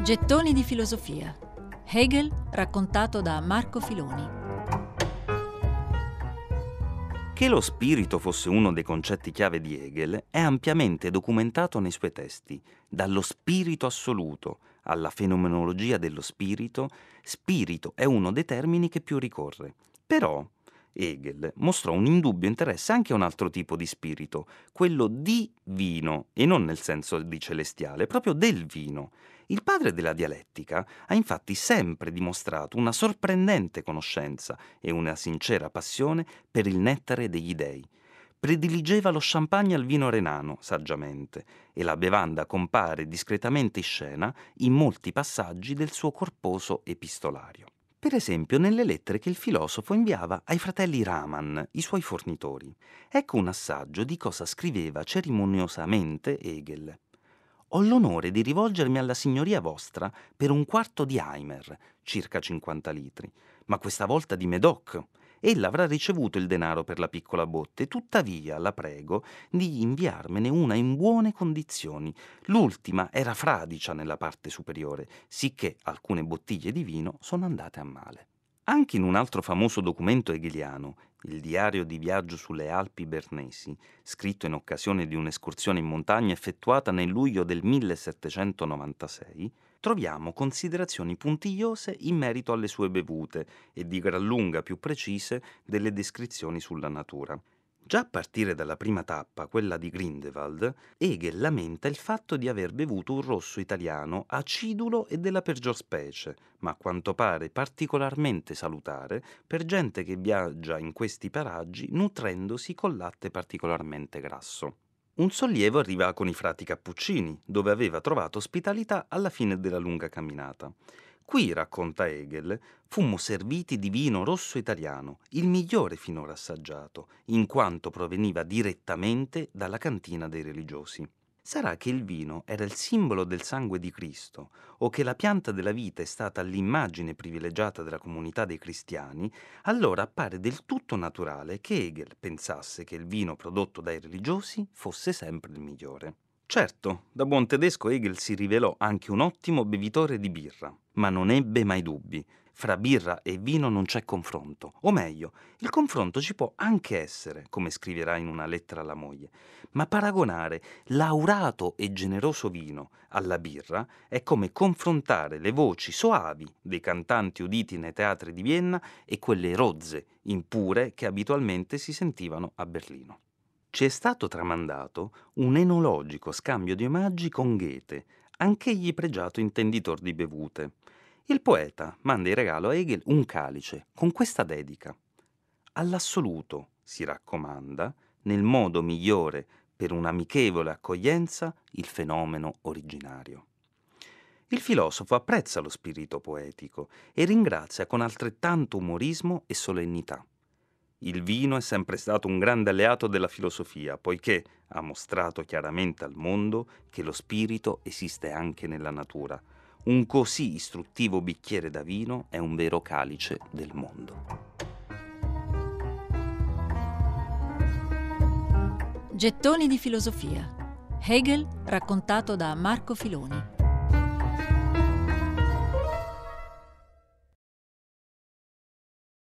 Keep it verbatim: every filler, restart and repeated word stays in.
Gettoni di filosofia. Hegel raccontato da Marco Filoni. Che lo spirito fosse uno dei concetti chiave di Hegel è ampiamente documentato nei suoi testi. Dallo spirito assoluto alla fenomenologia dello spirito, spirito è uno dei termini che più ricorre. Però Hegel mostrò un indubbio interesse anche a un altro tipo di spirito, quello divino, e non nel senso di celestiale, proprio del vino. Il padre della dialettica ha infatti sempre dimostrato una sorprendente conoscenza e una sincera passione per il nettare degli dei. Prediligeva lo champagne al vino renano, saggiamente, e la bevanda compare discretamente in scena in molti passaggi del suo corposo epistolario. Per esempio nelle lettere che il filosofo inviava ai fratelli Raman, i suoi fornitori. Ecco un assaggio di cosa scriveva cerimoniosamente Hegel. Ho l'onore di rivolgermi alla signoria vostra per un quarto di Eimer, circa cinquanta litri, ma questa volta di Medoc. Ella avrà ricevuto il denaro per la piccola botte, tuttavia la prego di inviarmene una in buone condizioni. L'ultima era fradicia nella parte superiore, sicché alcune bottiglie di vino sono andate a male. Anche in un altro famoso documento hegeliano, il diario di viaggio sulle Alpi Bernesi, scritto in occasione di un'escursione in montagna effettuata nel luglio del millesettecentonovantasei, troviamo considerazioni puntigliose in merito alle sue bevute e di gran lunga più precise delle descrizioni sulla natura. Già a partire dalla prima tappa, quella di Grindelwald, Hegel lamenta il fatto di aver bevuto un rosso italiano acidulo e della peggior specie, ma a quanto pare particolarmente salutare per gente che viaggia in questi paraggi nutrendosi col latte particolarmente grasso. Un sollievo arriva con i frati cappuccini, dove aveva trovato ospitalità alla fine della lunga camminata. Qui, racconta Hegel, fummo serviti di vino rosso italiano, il migliore finora assaggiato, in quanto proveniva direttamente dalla cantina dei religiosi. Sarà che il vino era il simbolo del sangue di Cristo, o che la pianta della vita è stata l'immagine privilegiata della comunità dei cristiani, allora appare del tutto naturale che Hegel pensasse che il vino prodotto dai religiosi fosse sempre il migliore. Certo, da buon tedesco Hegel si rivelò anche un ottimo bevitore di birra, ma non ebbe mai dubbi. Fra birra e vino non c'è confronto, o meglio, il confronto ci può anche essere, come scriverà in una lettera alla moglie, ma paragonare l'aurato e generoso vino alla birra è come confrontare le voci soavi dei cantanti uditi nei teatri di Vienna e quelle rozze, impure che abitualmente si sentivano a Berlino. Ci è stato tramandato un enologico scambio di omaggi con Goethe, anch'egli pregiato intenditor di bevute. Il poeta manda in regalo a Hegel un calice con questa dedica. All'assoluto si raccomanda, nel modo migliore per un'amichevole accoglienza, il fenomeno originario. Il filosofo apprezza lo spirito poetico e ringrazia con altrettanto umorismo e solennità. Il vino è sempre stato un grande alleato della filosofia, poiché ha mostrato chiaramente al mondo che lo spirito esiste anche nella natura. Un così istruttivo bicchiere da vino è un vero calice del mondo. Gettoni di filosofia. Hegel raccontato da Marco Filoni.